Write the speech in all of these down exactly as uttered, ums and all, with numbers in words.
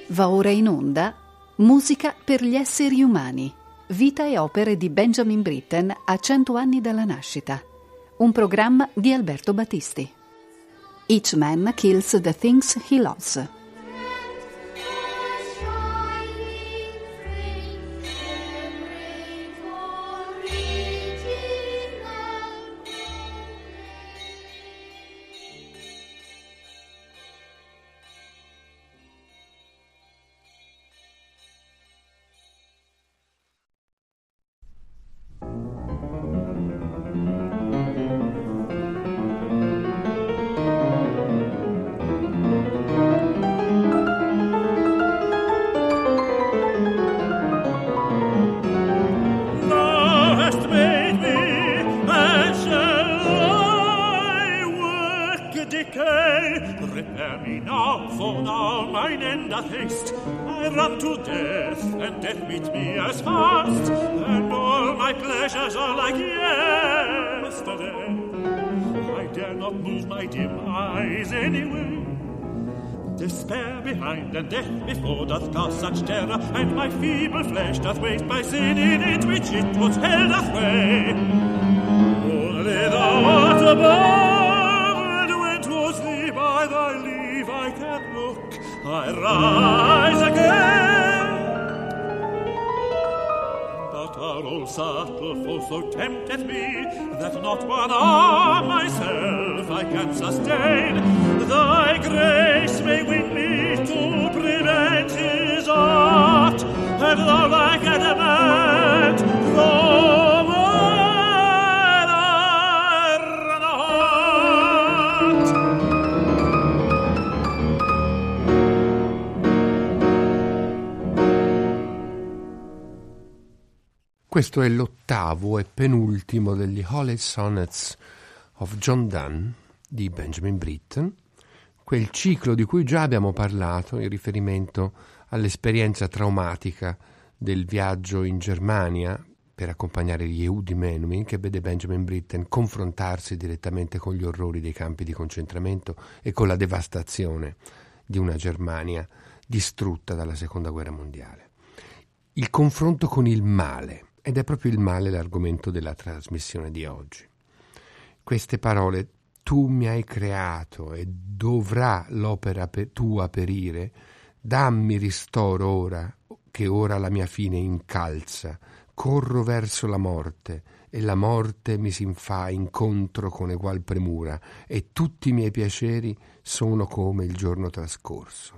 Va ora in onda Musica per gli esseri umani. Vita e opere di Benjamin Britten a cento anni dalla nascita. Un programma di Alberto Battisti. Each man kills the things he loves. And death before doth cause such terror, and my feeble flesh doth waste by sin in it which it was held doth weigh. Only thou art above, and when towards thee by thy leave I can look, I rise again. But our old subtle foe so tempteth me, that not one arm myself I can sustain. Thy grace may win me to prevent his art, and thou like adamant from where I run Questo è l'ottavo e penultimo degli Holy Sonnets of John Donne di Benjamin Britten, quel ciclo di cui già abbiamo parlato in riferimento all'esperienza traumatica del viaggio in Germania per accompagnare gli Yehudi Menuhin, che vede Benjamin Britten confrontarsi direttamente con gli orrori dei campi di concentramento e con la devastazione di una Germania distrutta dalla Seconda Guerra Mondiale. Il confronto con il male, ed è proprio il male l'argomento della trasmissione di oggi. Queste parole: tu mi hai creato e dovrà l'opera pe- tua perire, dammi ristoro ora, che ora la mia fine incalza, corro verso la morte, e la morte mi s'infa incontro con egual premura, e tutti i miei piaceri sono come il giorno trascorso.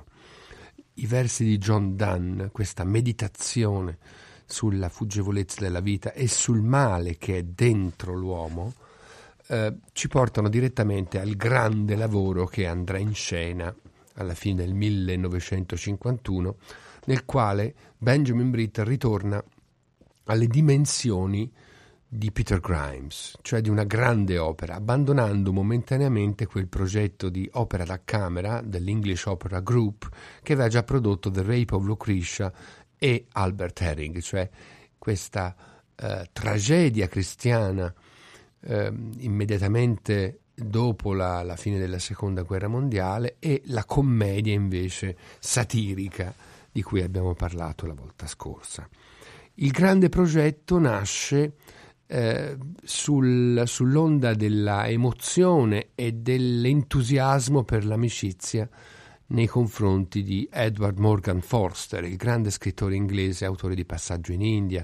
I versi di John Donne, questa meditazione sulla fuggevolezza della vita e sul male che è dentro l'uomo, Eh, ci portano direttamente al grande lavoro che andrà in scena alla fine del millenovecentocinquantuno, nel quale Benjamin Britten ritorna alle dimensioni di Peter Grimes, cioè di una grande opera, abbandonando momentaneamente quel progetto di opera da camera dell'English Opera Group che aveva già prodotto The Rape of Lucretia e Albert Herring, cioè questa eh, tragedia cristiana Eh, immediatamente dopo la, la fine della Seconda Guerra Mondiale, e la commedia invece satirica di cui abbiamo parlato la volta scorsa. Il grande progetto nasce eh, sul, sull'onda della emozione e dell'entusiasmo per l'amicizia nei confronti di Edward Morgan Forster, il grande scrittore inglese, autore di Passaggio in India,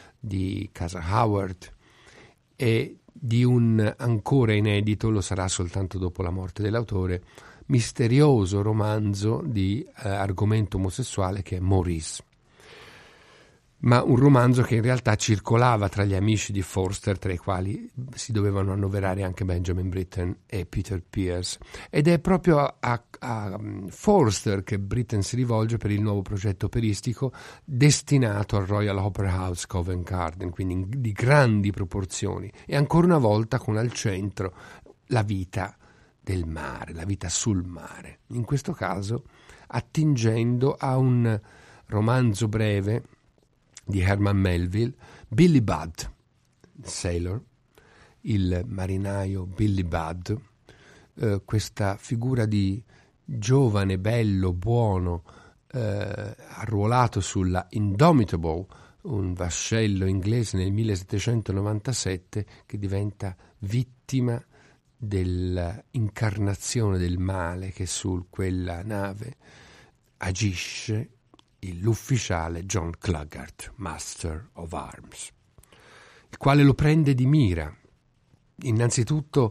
di Casa Howard, e di un ancora inedito, lo sarà soltanto dopo la morte dell'autore, misterioso romanzo di eh, argomento omosessuale che è Maurice. Ma un romanzo che in realtà circolava tra gli amici di Forster, tra i quali si dovevano annoverare anche Benjamin Britten e Peter Pears, ed è proprio a, a, a Forster che Britten si rivolge per il nuovo progetto operistico destinato al Royal Opera House Covent Garden, quindi di grandi proporzioni, e ancora una volta con al centro la vita del mare, la vita sul mare, in questo caso attingendo a un romanzo breve di Herman Melville, Billy Budd, sailor, il marinaio Billy Budd, eh, questa figura di giovane, bello, buono, eh, arruolato sulla Indomitable, un vascello inglese nel millesettecentonovantasette, che diventa vittima dell'incarnazione del male che su quella nave agisce l'ufficiale John Claggart, Master of Arms, il quale lo prende di mira, innanzitutto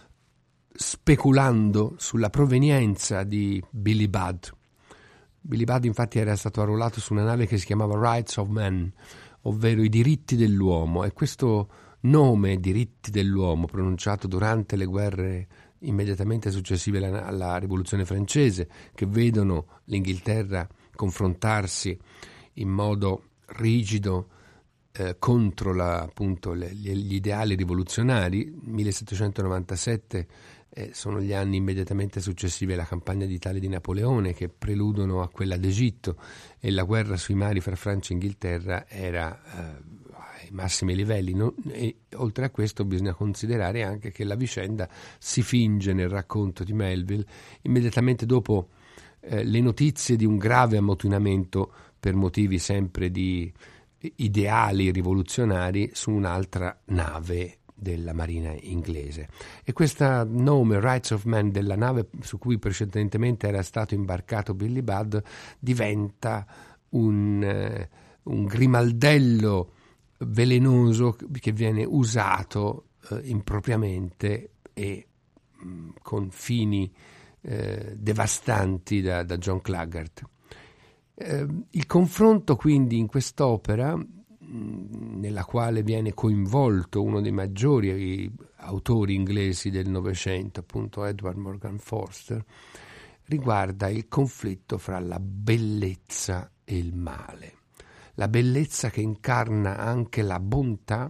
speculando sulla provenienza di Billy Budd. Billy Budd infatti era stato arruolato su una nave che si chiamava Rights of Man, ovvero i diritti dell'uomo, e questo nome, diritti dell'uomo, pronunciato durante le guerre immediatamente successive alla, alla Rivoluzione francese, che vedono l'Inghilterra confrontarsi in modo rigido eh, contro la, appunto, le, gli ideali rivoluzionari. millesettecentonovantasette eh, sono gli anni immediatamente successivi alla campagna d'Italia di Napoleone, che preludono a quella d'Egitto, e la guerra sui mari fra Francia e Inghilterra era eh, ai massimi livelli. No? E oltre a questo bisogna considerare anche che la vicenda si finge nel racconto di Melville immediatamente dopo eh, le notizie di un grave ammutinamento per motivi sempre di ideali rivoluzionari su un'altra nave della marina inglese. E questo nome, Rights of Man, della nave su cui precedentemente era stato imbarcato Billy Budd, diventa un, eh, un grimaldello velenoso che viene usato eh, impropriamente e mh, con fini eh, devastanti da, da John Claggart. Eh, il confronto quindi in quest'opera, nella quale viene coinvolto uno dei maggiori autori inglesi del Novecento, appunto Edward Morgan Foster, riguarda il conflitto fra la bellezza e il male. La bellezza che incarna anche la bontà,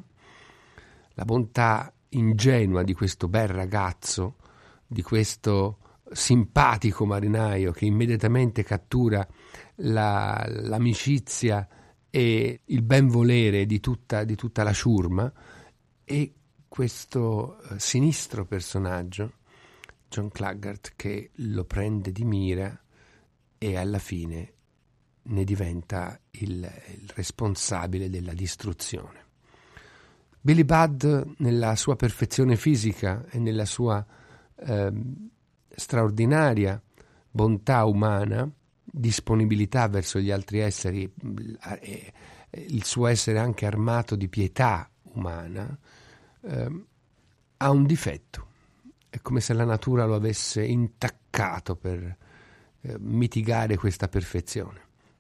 la bontà ingenua di questo bel ragazzo, di questo simpatico marinaio che immediatamente cattura la, l'amicizia e il benvolere di tutta, di tutta la ciurma, e questo uh, sinistro personaggio, John Claggart, che lo prende di mira e alla fine ne diventa il, il responsabile della distruzione. Billy Budd, nella sua perfezione fisica e nella sua eh, straordinaria bontà umana, disponibilità verso gli altri esseri, il suo essere anche armato di pietà umana, eh, ha un difetto. È come se la natura lo avesse intaccato per eh, mitigare questa perfezione.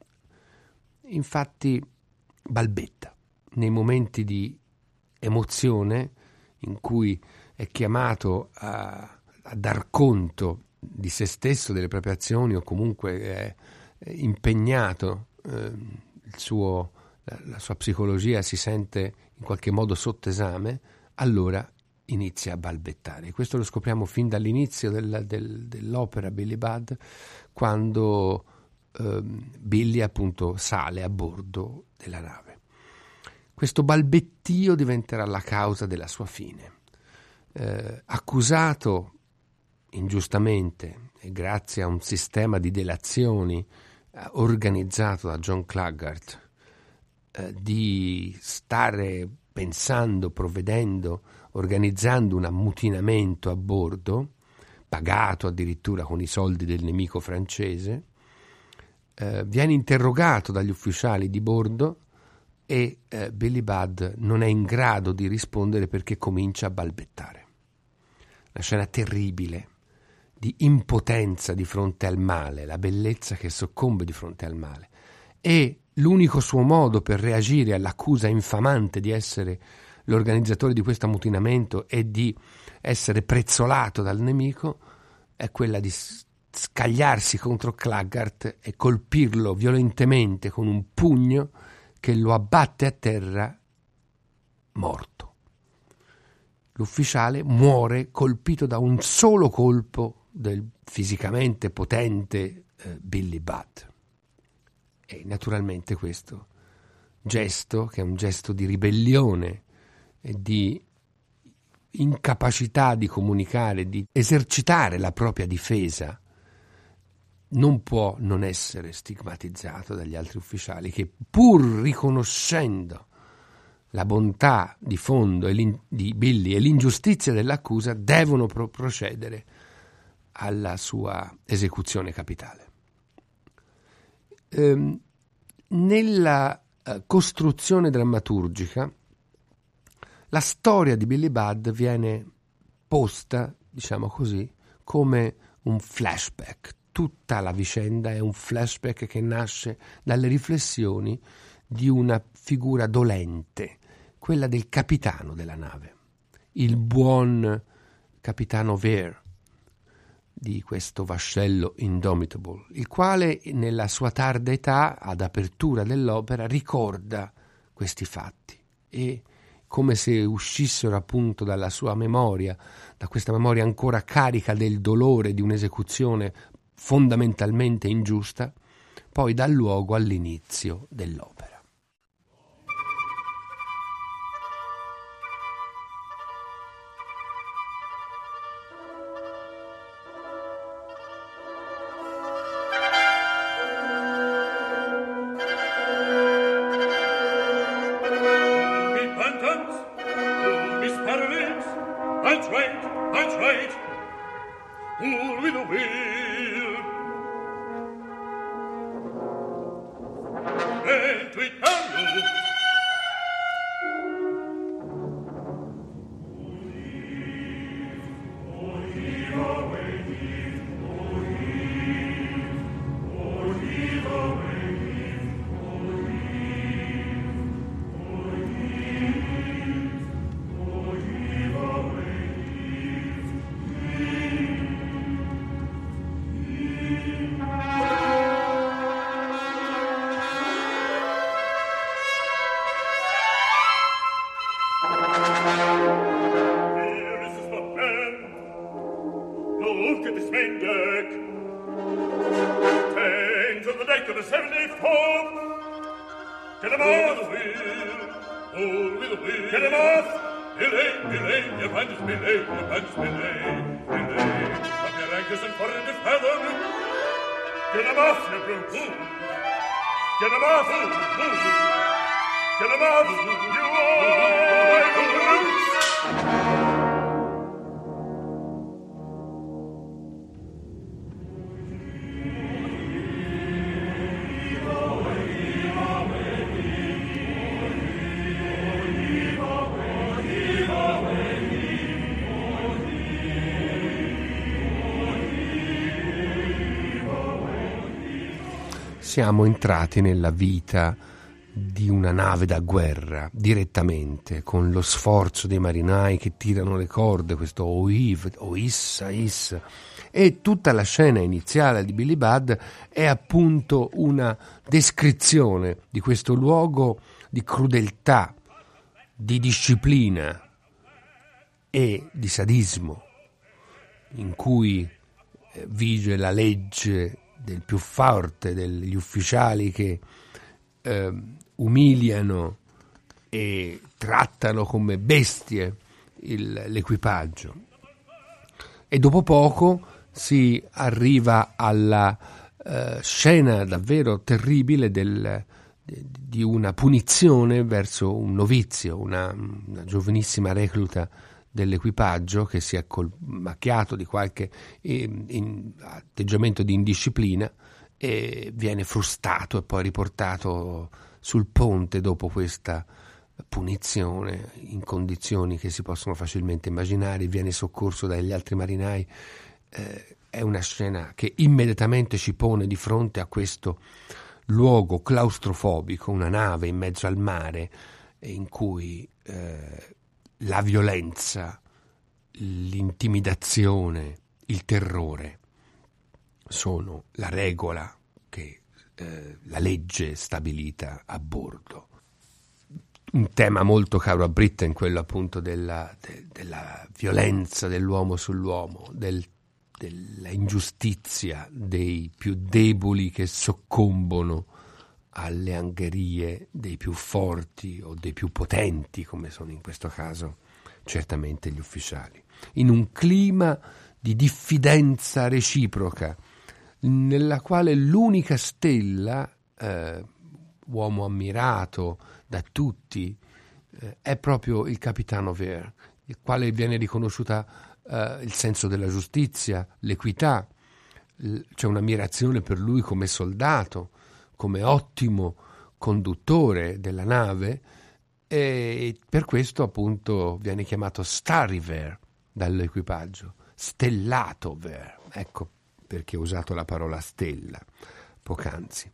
Infatti balbetta nei momenti di emozione in cui è chiamato a, a dar conto di se stesso, delle proprie azioni, o comunque è, è impegnato, eh, il suo, la, la sua psicologia si sente in qualche modo sotto esame, allora inizia a balbettare. Questo lo scopriamo fin dall'inizio del, del, dell'opera Billy Budd, quando eh, Billy appunto sale a bordo della nave. Questo balbettio diventerà la causa della sua fine. Eh, accusato ingiustamente e grazie a un sistema di delazioni eh, organizzato da John Claggart, eh, di stare pensando, provvedendo, organizzando un ammutinamento a bordo, pagato addirittura con i soldi del nemico francese, eh, viene interrogato dagli ufficiali di bordo e eh, Billy Budd non è in grado di rispondere perché comincia a balbettare. Una scena terribile di impotenza di fronte al male, la bellezza che soccombe di fronte al male. E l'unico suo modo per reagire all'accusa infamante di essere l'organizzatore di questo ammutinamento e di essere prezzolato dal nemico è quella di scagliarsi contro Claggart e colpirlo violentemente con un pugno che lo abbatte a terra morto. L'ufficiale muore colpito da un solo colpo del fisicamente potente eh, Billy Budd. E naturalmente questo gesto, che è un gesto di ribellione e di incapacità di comunicare, di esercitare la propria difesa, non può non essere stigmatizzato dagli altri ufficiali che, pur riconoscendo la bontà di fondo e di Billy e l'ingiustizia dell'accusa, devono pro- procedere alla sua esecuzione capitale. Ehm, nella eh, costruzione drammaturgica la storia di Billy Budd viene posta, diciamo così, come un flashback. Tutta la vicenda è un flashback che nasce dalle riflessioni di una figura dolente, quella del capitano della nave, il buon capitano Vere di questo vascello Indomitable, il quale nella sua tarda età, ad apertura dell'opera, ricorda questi fatti e, come se uscissero appunto dalla sua memoria, da questa memoria ancora carica del dolore di un'esecuzione fondamentalmente ingiusta, poi dà luogo all'inizio dell'opera. Siamo entrati nella vita di una nave da guerra direttamente, con lo sforzo dei marinai che tirano le corde, questo oiv, oissa, issa, e tutta la scena iniziale di Billy Budd è appunto una descrizione di questo luogo di crudeltà, di disciplina e di sadismo, in cui vige la legge del più forte, degli ufficiali che eh, umiliano e trattano come bestie il, l'equipaggio. E dopo poco si arriva alla eh, scena davvero terribile del, di una punizione verso un novizio, una, una giovanissima recluta dell'equipaggio che si è col macchiato di qualche eh, in, atteggiamento di indisciplina e viene frustato e poi riportato sul ponte dopo questa punizione in condizioni che si possono facilmente immaginare, viene soccorso dagli altri marinai. Eh, è una scena che immediatamente ci pone di fronte a questo luogo claustrofobico, una nave in mezzo al mare in cui eh, la violenza, l'intimidazione, il terrore sono la regola che eh, la legge stabilita a bordo. Un tema molto caro a Britten, quello appunto della, de, della violenza dell'uomo sull'uomo, del, della ingiustizia dei più deboli che soccombono alle angherie dei più forti o dei più potenti, come sono in questo caso certamente gli ufficiali. In un clima di diffidenza reciproca, nella quale l'unica stella, eh, uomo ammirato da tutti, eh, è proprio il capitano Vere, il quale viene riconosciuta eh, il senso della giustizia, l'equità. L- c'è un'ammirazione per lui come soldato, come ottimo conduttore della nave, e per questo appunto viene chiamato Starry Vere dall'equipaggio, stellato Vere, ecco perché ho usato la parola stella poc'anzi.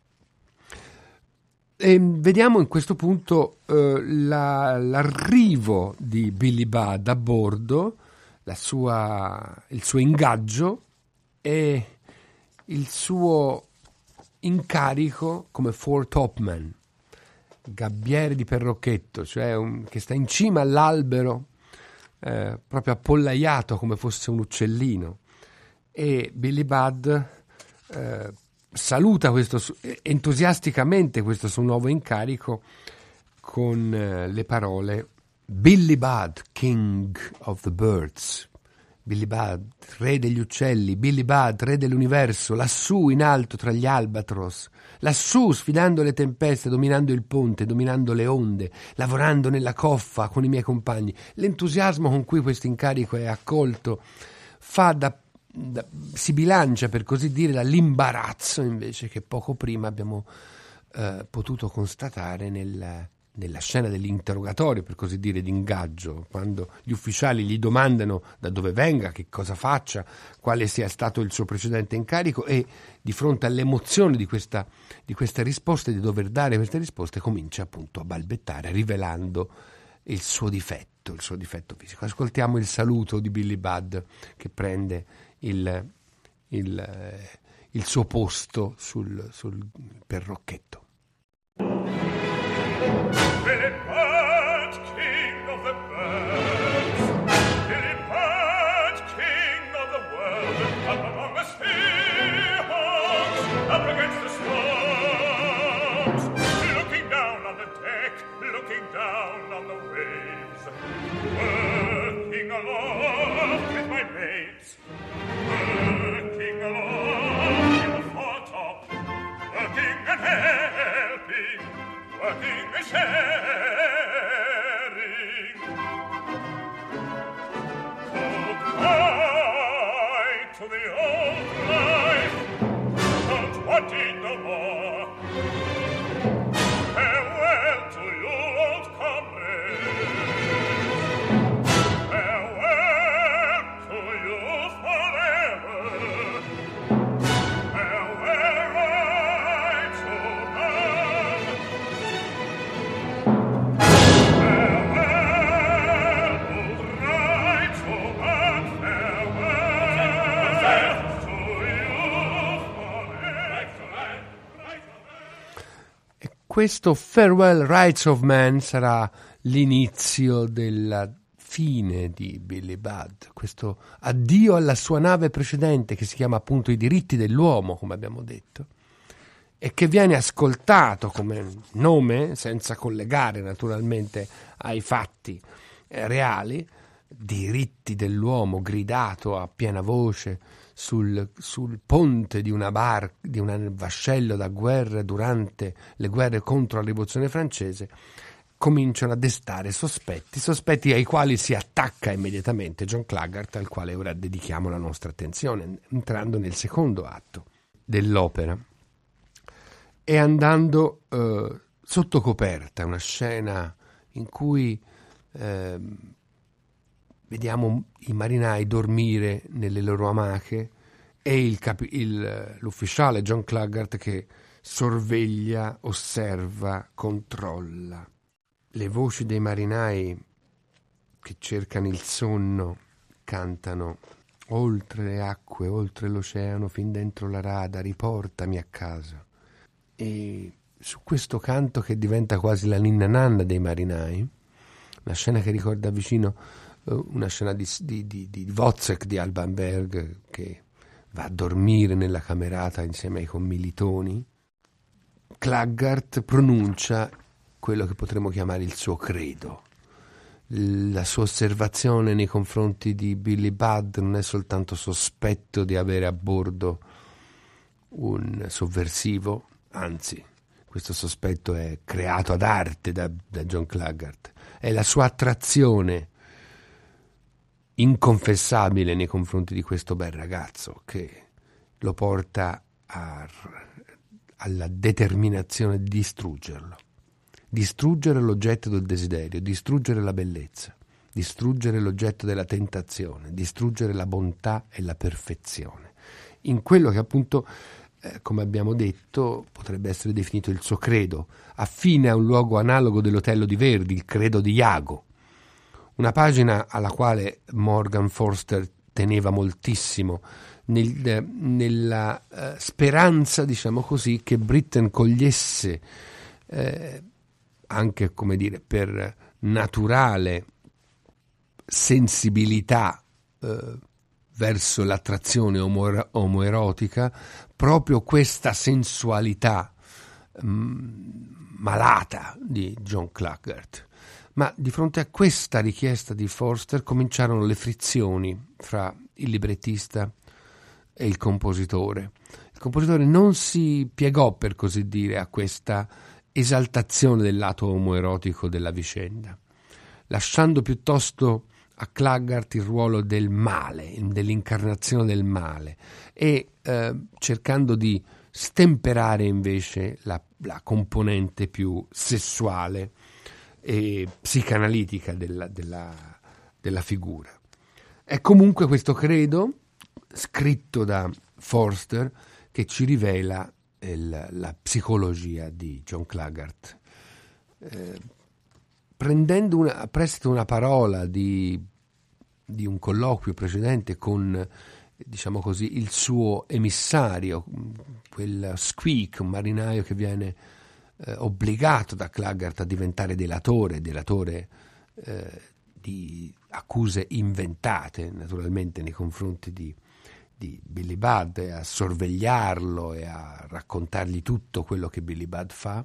E vediamo in questo punto eh, la, l'arrivo di Billy Budd a bordo, la sua, il suo ingaggio e il suo incarico come foretopman, gabbiere di perrocchetto, cioè un, che sta in cima all'albero, eh, proprio appollaiato come fosse un uccellino. E Billy Budd eh, saluta questo, entusiasticamente questo suo nuovo incarico con eh, le parole Billy Budd, King of the Birds. Billy Budd, re degli uccelli, Billy Budd, re dell'universo, lassù in alto tra gli albatros, lassù sfidando le tempeste, dominando il ponte, dominando le onde, lavorando nella coffa con i miei compagni. L'entusiasmo con cui questo incarico è accolto fa da, da si bilancia, per così dire, dall'imbarazzo invece che poco prima abbiamo eh, potuto constatare nel nella scena dell'interrogatorio, per così dire, d'ingaggio, quando gli ufficiali gli domandano da dove venga, che cosa faccia, quale sia stato il suo precedente incarico, e di fronte all'emozione di questa, di queste risposte, di dover dare queste risposte, comincia appunto a balbettare, rivelando il suo difetto, il suo difetto fisico. Ascoltiamo il saluto di Billy Budd che prende il, il, il suo posto sul, sul perrocchetto. Billy Budd, king of the birds, Billy Budd, king of the world, up among the seahawks, up against the storms, looking down on the deck, looking down on the waves, working aloft with my mates, working aloft in the foretop, working and helping, working and sharing. Goodbye to the old life, don't want it no more. Farewell to you, old comrades. Farewell to you forever. Farewell, right to man. Questo Farewell Rights of Man sarà l'inizio della fine di Billy Budd, questo addio alla sua nave precedente che si chiama appunto I diritti dell'uomo, come abbiamo detto, e che viene ascoltato come nome, senza collegare naturalmente ai fatti eh, reali, diritti dell'uomo gridato a piena voce sul, sul ponte di una bar, di un vascello da guerra durante le guerre contro la rivoluzione francese, cominciano a destare sospetti, sospetti ai quali si attacca immediatamente John Claggart, al quale ora dedichiamo la nostra attenzione, entrando nel secondo atto dell'opera e andando eh, sotto coperta, una scena in cui eh, vediamo i marinai dormire nelle loro amache e il capi- il, l'ufficiale John Claggart che sorveglia, osserva, controlla. Le voci dei marinai che cercano il sonno cantano: oltre le acque, oltre l'oceano, fin dentro la rada, riportami a casa. E su questo canto, che diventa quasi la ninna nanna dei marinai, una scena che ricorda vicino una scena di, di, di, di Wozzeck di Alban Berg, che va a dormire nella camerata insieme ai commilitoni, Claggart pronuncia quello che potremmo chiamare il suo credo. La sua osservazione nei confronti di Billy Budd non è soltanto sospetto di avere a bordo un sovversivo, anzi, questo sospetto è creato ad arte da, da John Claggart. È la sua attrazione inconfessabile nei confronti di questo bel ragazzo che lo porta a, alla determinazione di distruggerlo. Distruggere l'oggetto del desiderio, distruggere la bellezza, distruggere l'oggetto della tentazione, distruggere la bontà e la perfezione. In quello che appunto, eh, come abbiamo detto, potrebbe essere definito il suo credo, affine a un luogo analogo dell'Otello di Verdi, il credo di Iago. Una pagina alla quale Morgan Forster teneva moltissimo, nel, nella uh, speranza, diciamo così, che Britten cogliesse eh, anche, come dire, per naturale sensibilità eh, verso l'attrazione omo- omoerotica, proprio questa sensualità mh, malata di John Claggart. Ma di fronte a questa richiesta di Forster cominciarono le frizioni fra il librettista e il compositore. Il compositore non si piegò, per così dire, a questa esaltazione del lato omoerotico della vicenda, lasciando piuttosto a Claggart il ruolo del male, dell'incarnazione del male, e eh, cercando di stemperare invece la, la componente più sessuale e psicanalitica della, della, della figura. È comunque questo credo, scritto da Forster, che ci rivela il, la psicologia di John Claggart. Eh, prendendo una, a prestito una parola di, di un colloquio precedente con, diciamo così, il suo emissario, quel Squeak, un marinaio che viene Eh, obbligato da Claggart a diventare delatore, delatore eh, di accuse inventate naturalmente nei confronti di, di Billy Budd, e a sorvegliarlo e a raccontargli tutto quello che Billy Budd fa.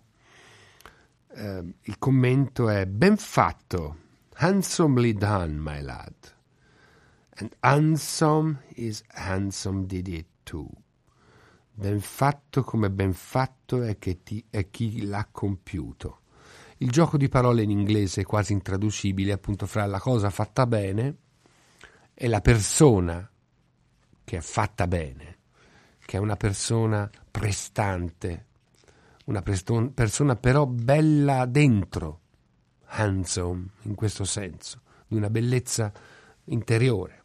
Eh, il commento è: ben fatto, handsomely done, my lad, and handsome is handsome did it too. Ben fatto come ben fatto è, che ti, è chi l'ha compiuto. Il gioco di parole in inglese è quasi intraducibile, appunto, fra la cosa fatta bene e la persona che è fatta bene, che è una persona prestante, una presto- persona però bella dentro, handsome in questo senso, di una bellezza interiore.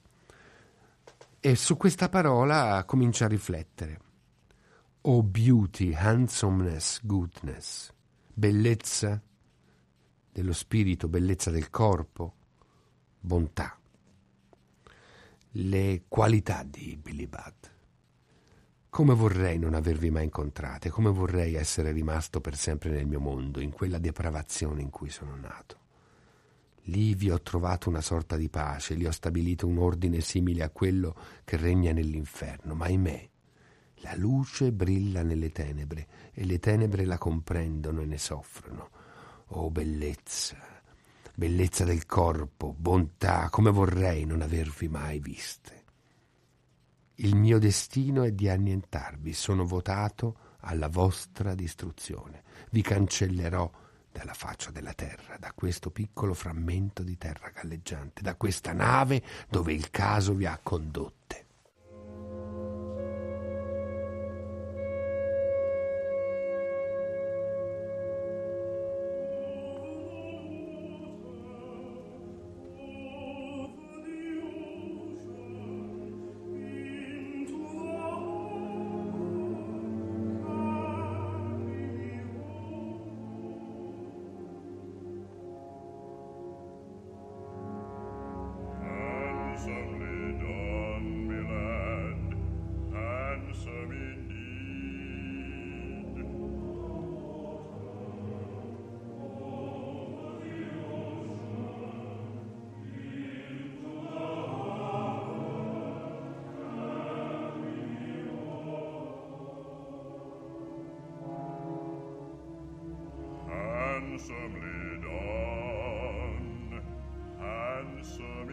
E su questa parola comincia a riflettere. Oh beauty, handsomeness, goodness, bellezza dello spirito, bellezza del corpo, bontà. Le qualità di Billy Budd. Come vorrei non avervi mai incontrate, come vorrei essere rimasto per sempre nel mio mondo, in quella depravazione in cui sono nato. Lì vi ho trovato una sorta di pace, lì ho stabilito un ordine simile a quello che regna nell'inferno, ma ahimè, la luce brilla nelle tenebre e le tenebre la comprendono e ne soffrono. Oh bellezza, bellezza del corpo, bontà, come vorrei non avervi mai viste. Il mio destino è di annientarvi, sono votato alla vostra distruzione. Vi cancellerò dalla faccia della terra, da questo piccolo frammento di terra galleggiante, da questa nave dove il caso vi ha condotte. Handsomely done, handsome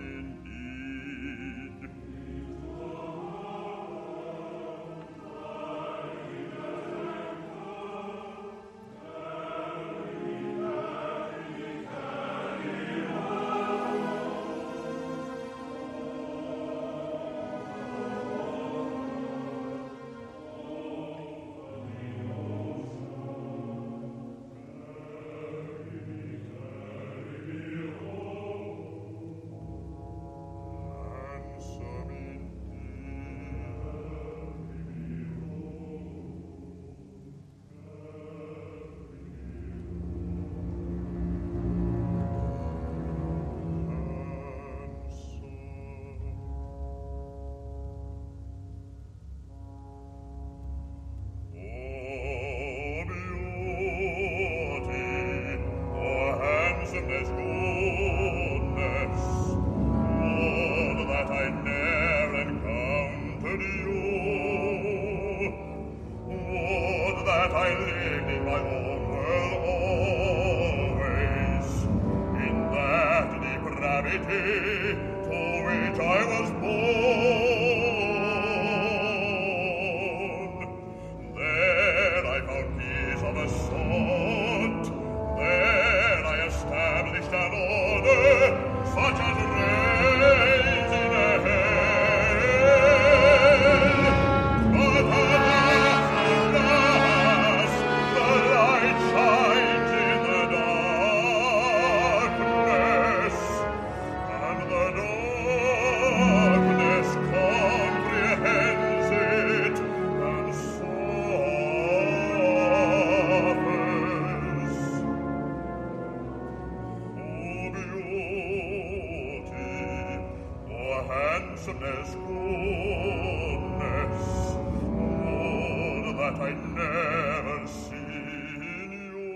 indeed. I lived in my own world always, in that depravity to which I was born. There I found peace of a sort, there I established an order such as reigns in hell. But alas, alas, the light shines in the darkness, and the darkness comprehends it and suffers. Oh, beauty, oh, handsomeness, goodness, oh, that I never seen you,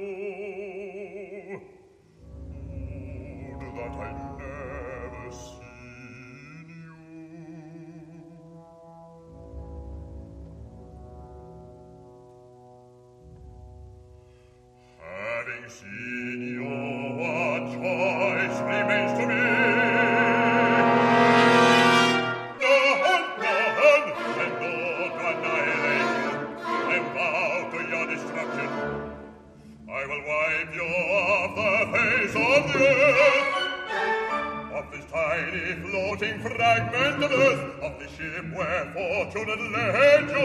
oh, that I never seen you. Having seen you, what choice remains to me? None, none, and don't annihilate you, and bow to your destruction. I will wipe you off the face of the earth, of this tiny floating fragment of earth, of the ship where fortune had led you.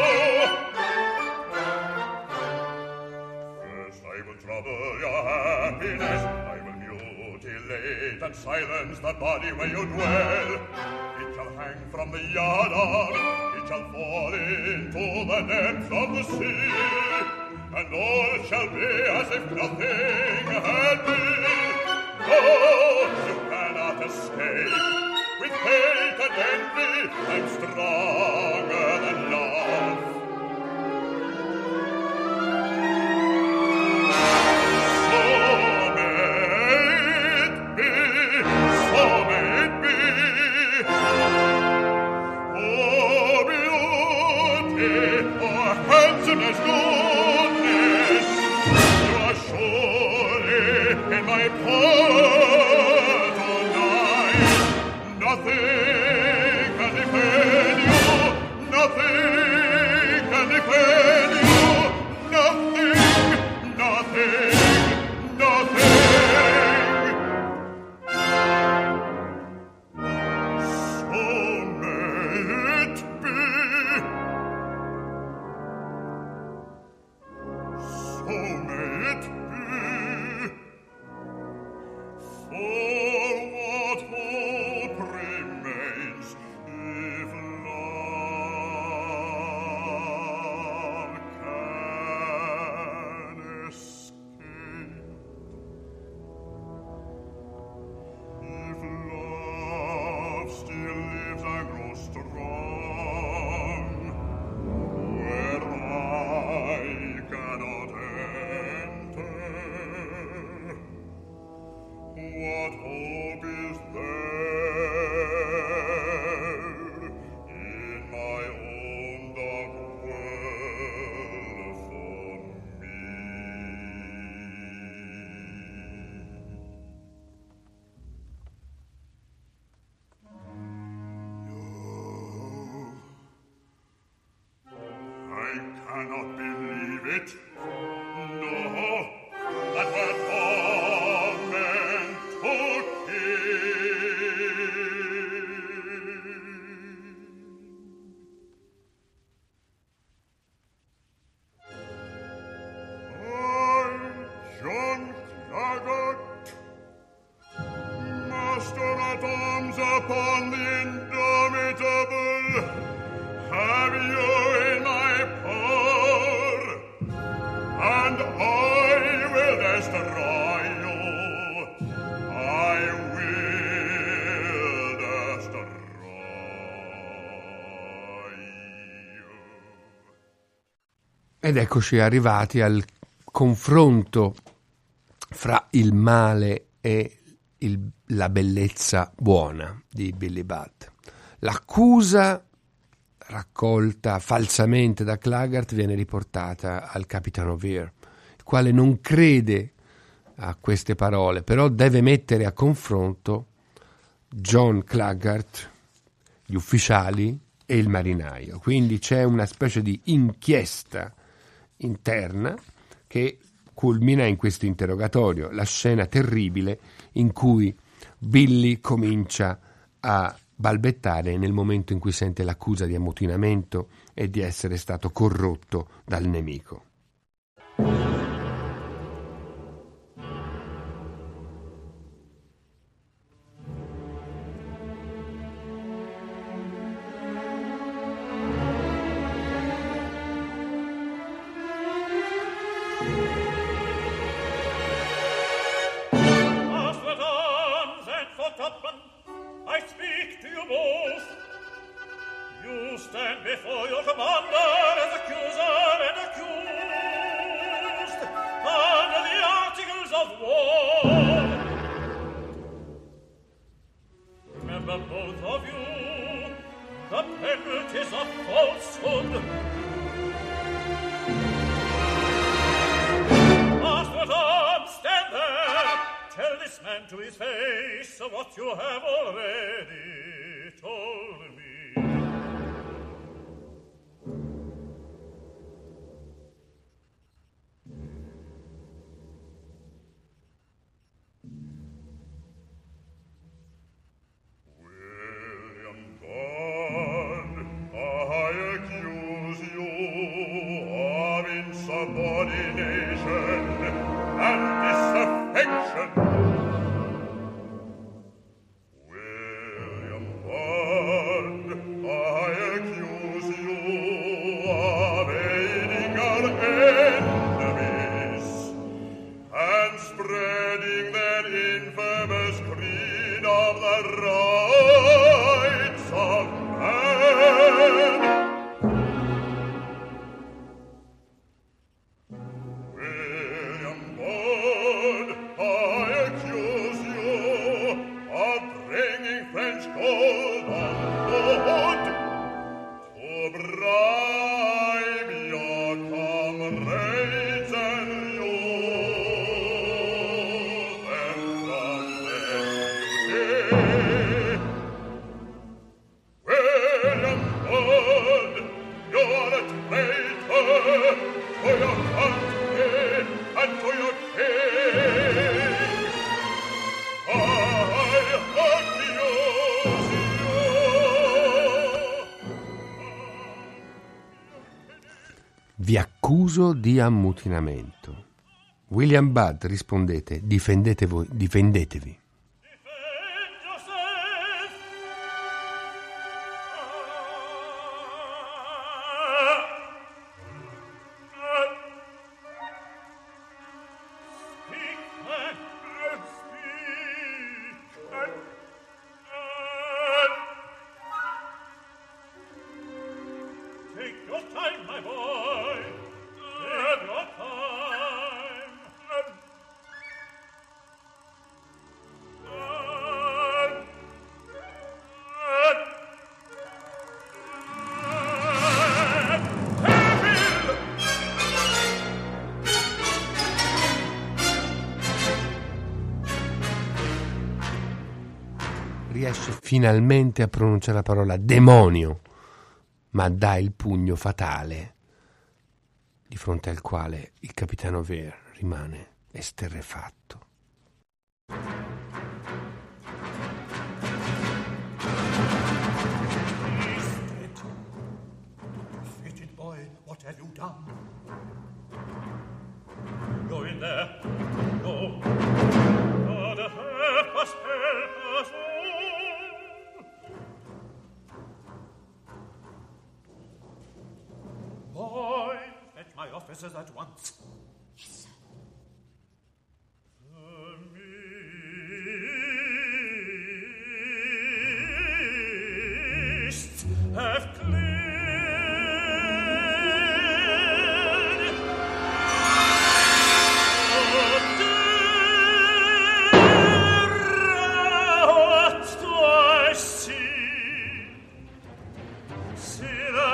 First I will trouble your happiness, I will mutilate and silence the body where you dwell. It shall hang from the yardarm, it shall fall into the depths of the sea, and all shall be as if nothing had been. Oh, you cannot escape. With hate and envy, I'm stronger than love. So may it be, so may it be. Oh, beauty, oh, handsomeness, goodness, you are surely in my power tonight. Nothing can defend you, nothing can defend you, nothing, nothing, nothing. So may it be, so may it be. For what hope remains if love can escape? If love still lives and grows strong, where I cannot enter, what hope is there in my own dark world for me? No, I cannot believe it. No, that were torment to kill. I, John Claggart, master at arms upon the indomitable, have you in my power, and I will destroy you. I will destroy you. Ed eccoci arrivati al confronto fra il male e il, la bellezza buona di Billy Budd. L'accusa raccolta falsamente da Claggart viene riportata al capitano Vere, il quale non crede a queste parole, però deve mettere a confronto John Claggart, gli ufficiali e il marinaio. Quindi c'è una specie di inchiesta interna che culmina in questo interrogatorio, la scena terribile in cui Billy comincia a balbettare nel momento in cui sente l'accusa di ammutinamento e di essere stato corrotto dal nemico. Vi accuso di ammutinamento. William Budd, rispondete, difendete voi, difendetevi. Riesce finalmente a pronunciare la parola demonio, ma dà il pugno fatale, di fronte al quale il capitano Vere rimane esterrefatto. Fitted boy, what have you done? Go in there, go. God help us, help us all. Boy, fetch my officers at once. Yes, sir. The mists have cleared. Oh, dear, what do I see? See the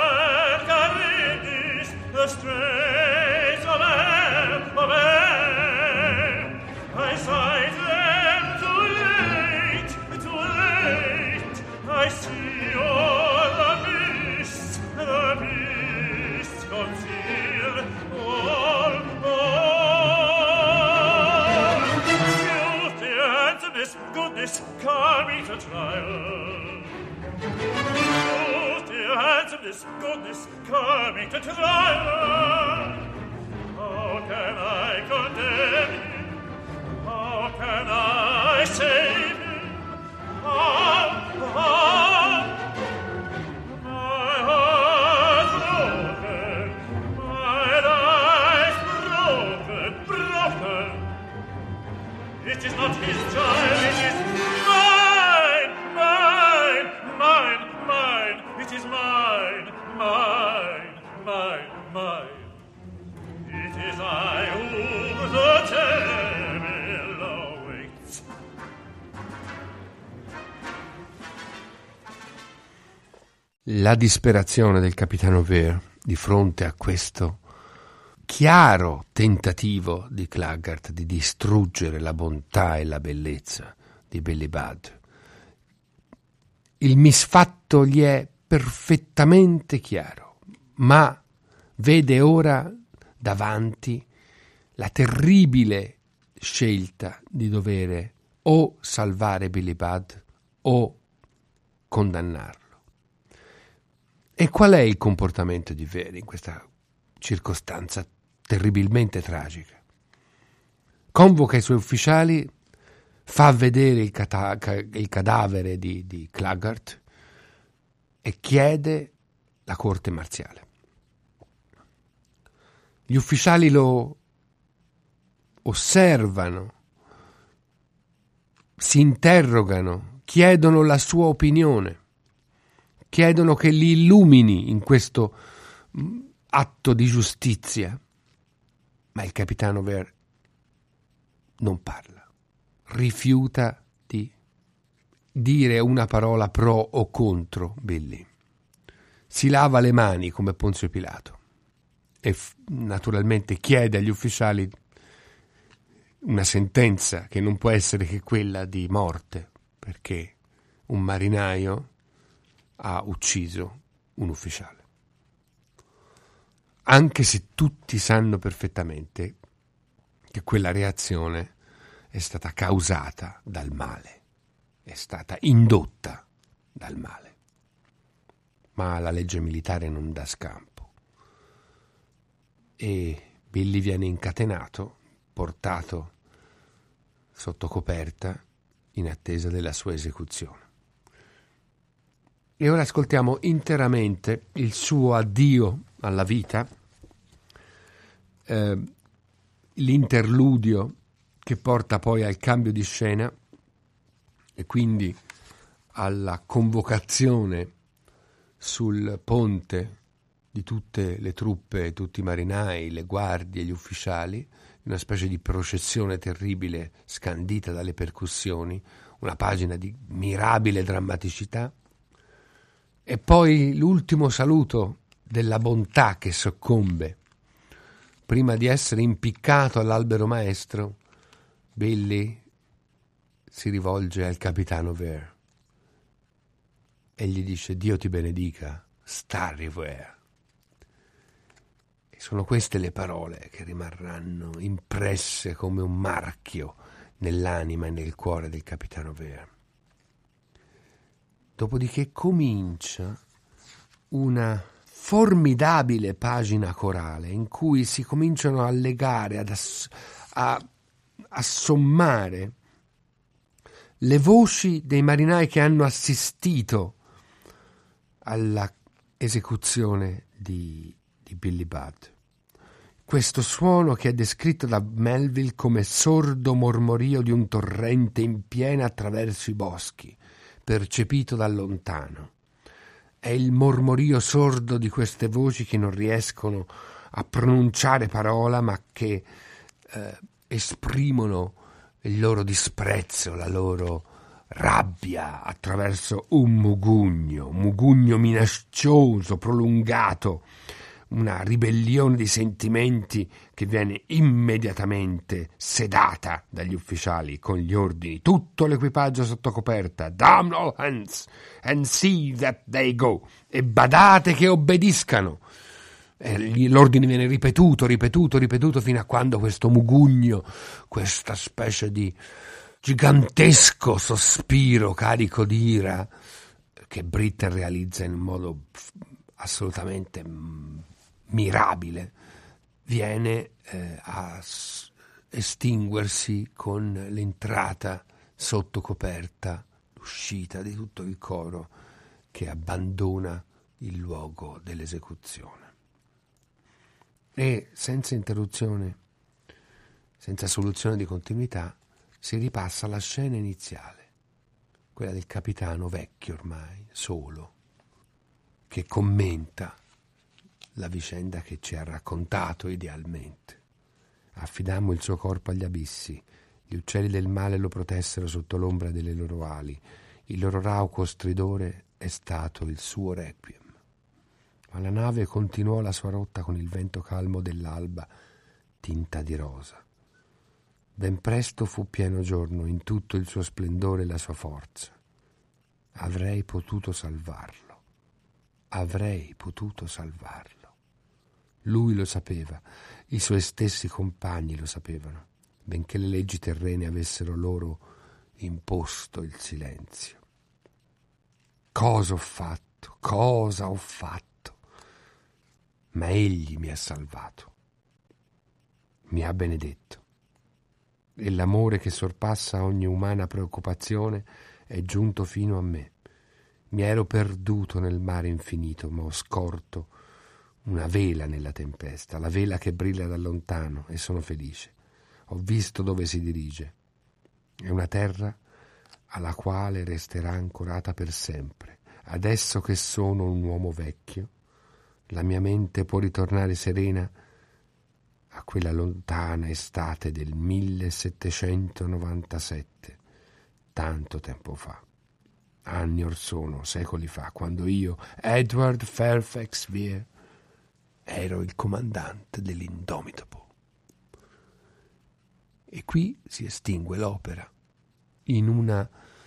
this goodness coming to trial? How can I condemn him? How can I save him? How, how? My heart broken, my life broken, broken. It is not his child, it is mine, mine, mine, mine. It is mine, mine, mine, mine. It is I whom the devil awaits. La disperazione del capitano Vere di fronte a questo chiaro tentativo di Claggart di distruggere la bontà e la bellezza di Billy-Budd. Il misfatto gli è perfettamente chiaro, ma vede ora davanti la terribile scelta di dovere o salvare Billy-Budd o condannarlo. E qual è il comportamento di Vere in questa circostanza terribilmente tragica? Convoca i suoi ufficiali, fa vedere il, cata- il cadavere di, di Claggart e chiede la corte marziale. Gli ufficiali lo osservano, si interrogano, chiedono la sua opinione, chiedono che li illumini in questo atto di giustizia, ma il capitano Vere non parla, rifiuta di dire una parola pro o contro Billy. Si lava le mani come Ponzio Pilato e f- naturalmente chiede agli ufficiali una sentenza che non può essere che quella di morte, perché un marinaio ha ucciso un ufficiale. Anche se tutti sanno perfettamente che quella reazione è stata causata dal male, è stata indotta dal male. Ma la legge militare non dà scampo. E Billy viene incatenato, portato sotto coperta in attesa della sua esecuzione. E ora ascoltiamo interamente il suo addio alla vita, eh, l'interludio che porta poi al cambio di scena e quindi alla convocazione sul ponte di tutte le truppe, tutti i marinai, le guardie, gli ufficiali, una specie di processione terribile scandita dalle percussioni, una pagina di mirabile drammaticità. E poi l'ultimo saluto della bontà che soccombe. Prima di essere impiccato all'albero maestro, Billy si rivolge al capitano Vere e gli dice: Dio ti benedica, Starry Vere. E sono queste le parole che rimarranno impresse come un marchio nell'anima e nel cuore del capitano Vere. Dopodiché comincia una formidabile pagina corale in cui si cominciano a legare, ad ass- a, a sommare le voci dei marinai che hanno assistito alla esecuzione di, di Billy-Budd. Questo suono che è descritto da Melville come sordo mormorio di un torrente in piena attraverso i boschi, percepito da lontano. È il mormorio sordo di queste voci che non riescono a pronunciare parola, ma che eh, esprimono il loro disprezzo, la loro rabbia attraverso un mugugno, un mugugno minaccioso, prolungato, una ribellione di sentimenti che viene immediatamente sedata dagli ufficiali con gli ordini: tutto l'equipaggio sotto coperta, down all hands and see that they go, e badate che obbediscano. E l'ordine viene ripetuto, ripetuto, ripetuto fino a quando questo mugugno, questa specie di gigantesco sospiro carico di ira che Britten realizza in modo assolutamente mh, mirabile, viene eh, a s- estinguersi con l'entrata sotto coperta, l'uscita di tutto il coro che abbandona il luogo dell'esecuzione. E senza interruzione, senza soluzione di continuità, si ripassa alla scena iniziale, quella del capitano vecchio ormai, solo, che commenta la vicenda che ci ha raccontato idealmente. Affidammo il suo corpo agli abissi, gli uccelli del male lo protessero sotto l'ombra delle loro ali, il loro rauco stridore è stato il suo requiem. Ma la nave continuò la sua rotta con il vento calmo dell'alba, tinta di rosa. Ben presto fu pieno giorno in tutto il suo splendore e la sua forza. Avrei potuto salvarlo. Avrei potuto salvarlo. Lui lo sapeva, i suoi stessi compagni lo sapevano, benché le leggi terrene avessero loro imposto il silenzio. Cosa ho fatto? Cosa ho fatto? Ma egli mi ha salvato, mi ha benedetto. E l'amore che sorpassa ogni umana preoccupazione è giunto fino a me. Mi ero perduto nel mare infinito, ma ho scorto una vela nella tempesta, la vela che brilla da lontano, e sono felice. Ho visto dove si dirige. È una terra alla quale resterà ancorata per sempre. Adesso che sono un uomo vecchio, la mia mente può ritornare serena a quella lontana estate del millesettecentonovantasette, tanto tempo fa. Anni or sono, secoli fa, quando io, Edward Fairfax Vere, ero il comandante dell'Indomitable. E qui si estingue l'opera in una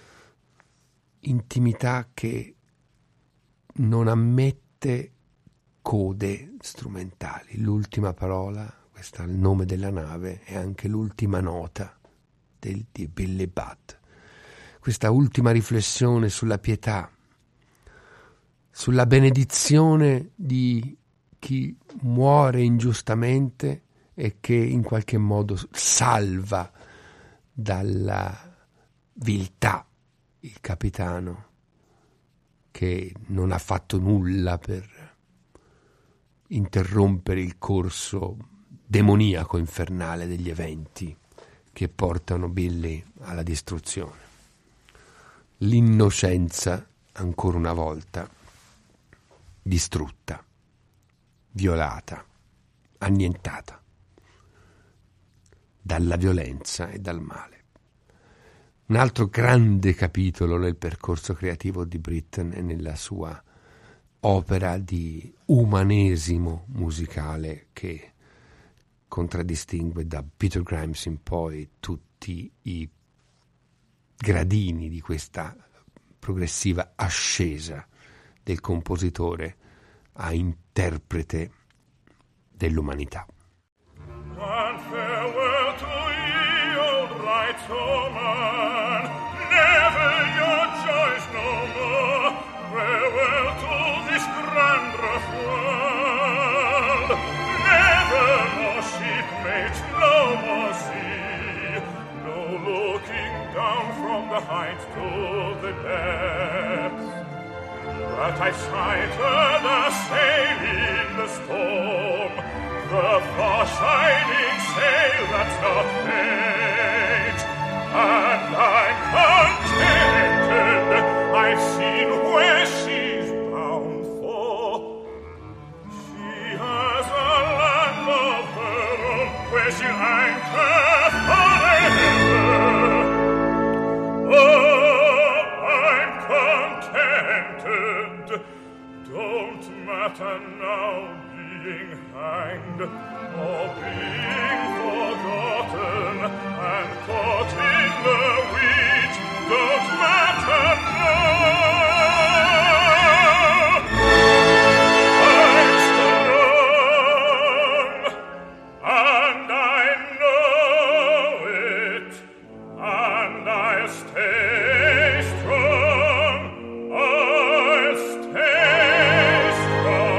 intimità che non ammette code strumentali. L'ultima parola, questo è il nome della nave, è anche l'ultima nota del, di Billy Budd. Questa ultima riflessione sulla pietà, sulla benedizione di chi muore ingiustamente e che in qualche modo salva dalla viltà il capitano che non ha fatto nulla per interrompere il corso demoniaco infernale degli eventi che portano Billy alla distruzione. L'innocenza, ancora una volta, distrutta, violata, annientata dalla violenza e dal male. Un altro grande capitolo nel percorso creativo di Britten e nella sua opera di umanesimo musicale che contraddistingue da Peter Grimes in poi tutti i gradini di questa progressiva ascesa del compositore a interprete dell'umanità. And farewell to ye, old Wrights-O-Man, never your joys no more. Farewell to this grand rough world, never more shipmates, no more sea, no looking down from the heights to the depths. But I sighted a sail in the storm, the far shining sail that's not faint, and I'm contented. I've seen where she's bound for. She has a land of her own where she'll anchor forever. Oh, I'm contented. Don't matter now being hanged or being forgotten and caught in the weeds. Don't matter now. I'm strong and I know it, and I'll stay strong. I'll stay strong.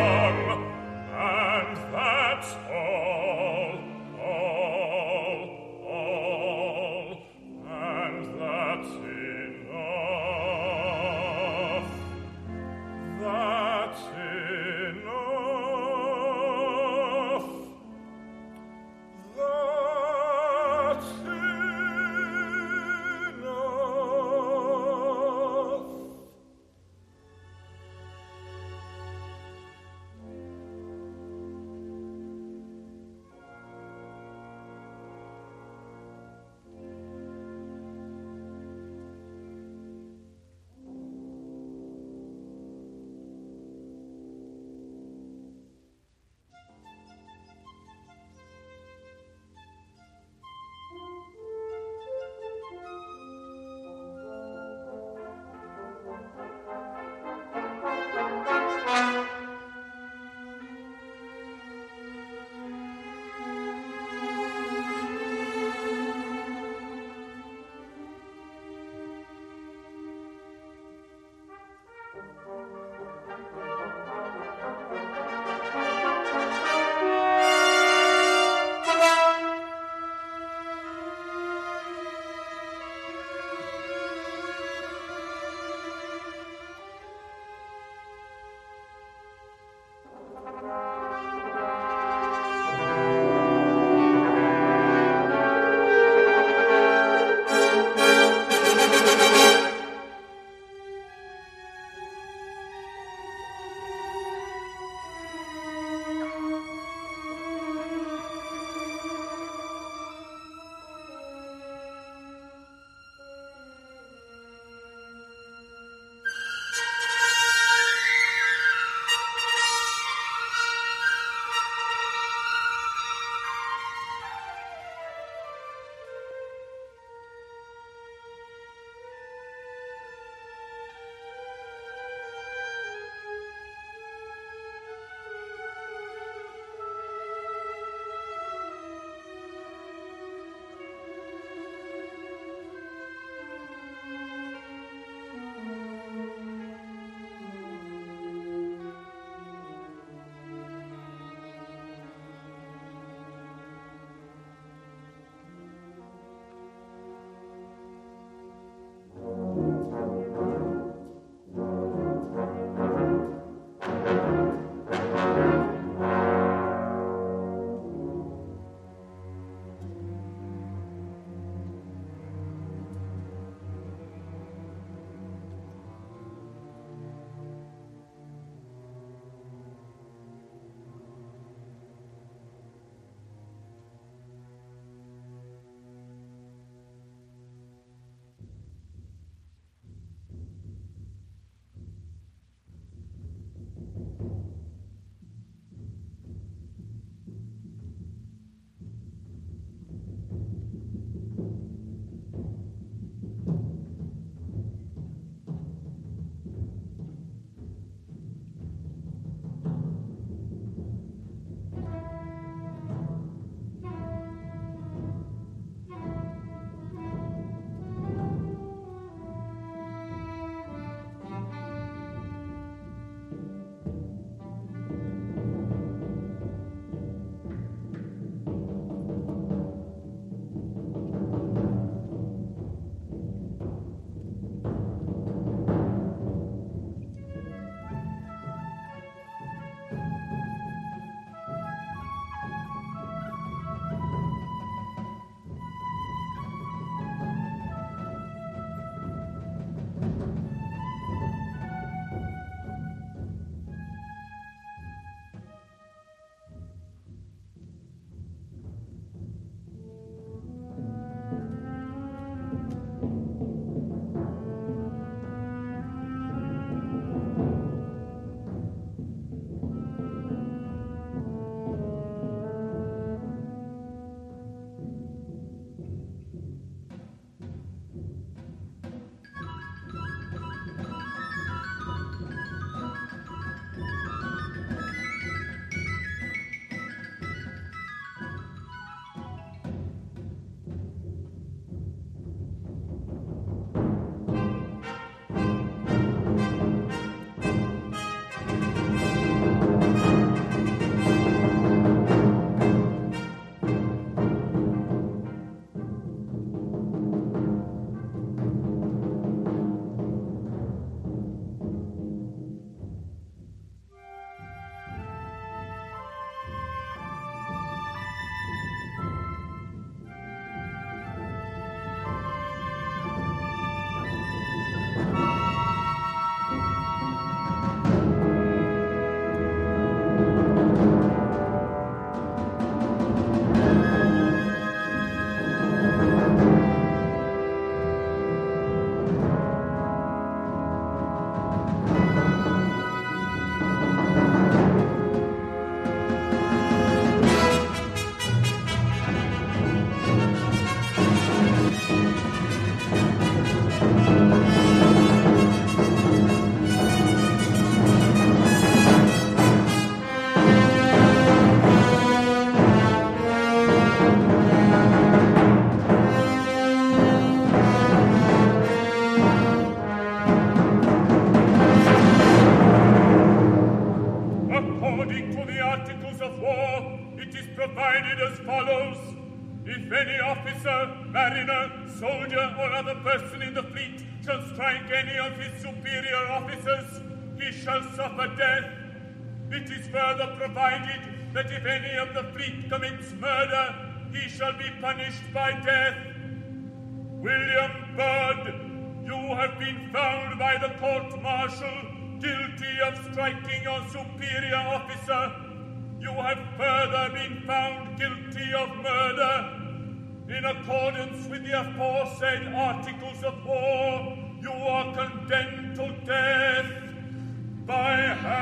If any officer, mariner, soldier, or other person in the fleet shall strike any of his superior officers, he shall suffer death. It is further provided that if any of the fleet commits murder, he shall be punished by death. William Byrd, you have been found by the court-martial guilty of striking your superior officer. You have further been found guilty of murder. In accordance with the aforesaid articles of war, you are condemned to death by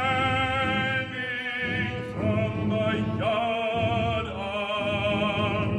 hanging from the yard arm.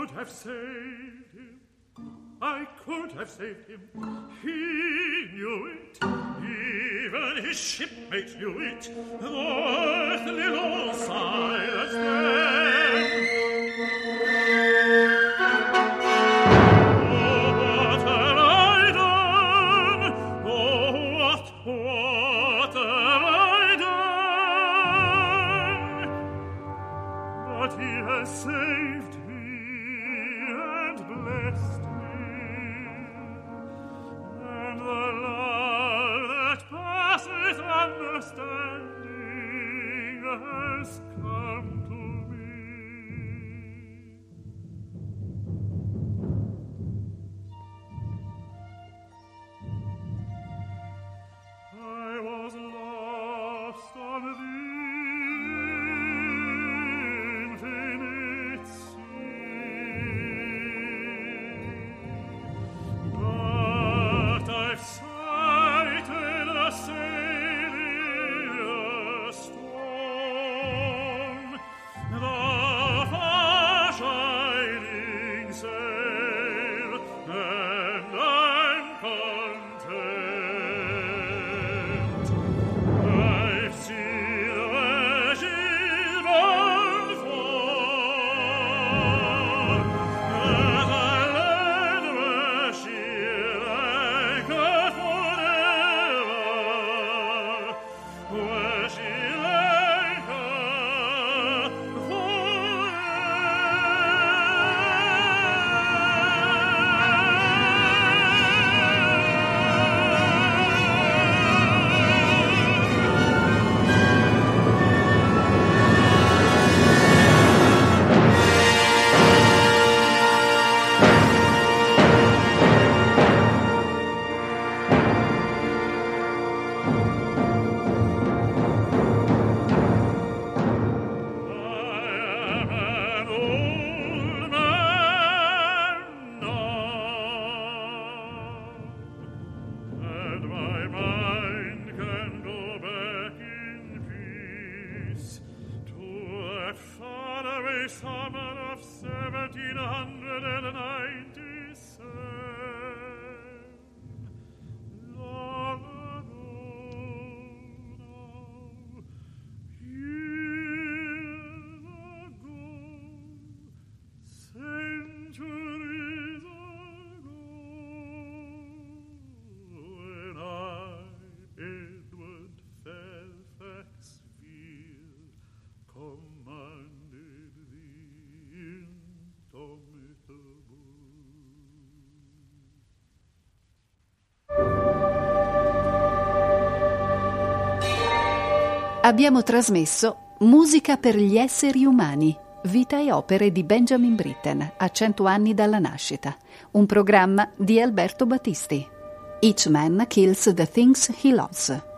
could have saved him. I could have saved him. He knew it. Even his shipmates knew it. North little silence then. Oh, what have I done? Oh, what, what have I done? But he has saved me and blessed me, and the love that passeth understanding has come to me. I was lost on the infinite sea, but I've sighted a sailor stone, the far shining sail, and I'm content. I've seen where she's bound for, as I land where she'll anchor forever, where she'll anchor summer of seventeen ninety-seven. Long ago now, years ago, centuries ago, when I, Edward Fairfax Field, commanded the indomitable. Abbiamo trasmesso Musica per gli esseri umani, vita e opere di Benjamin Britten a cento anni dalla nascita, un programma di Alberto Battisti. Each man kills the things he loves.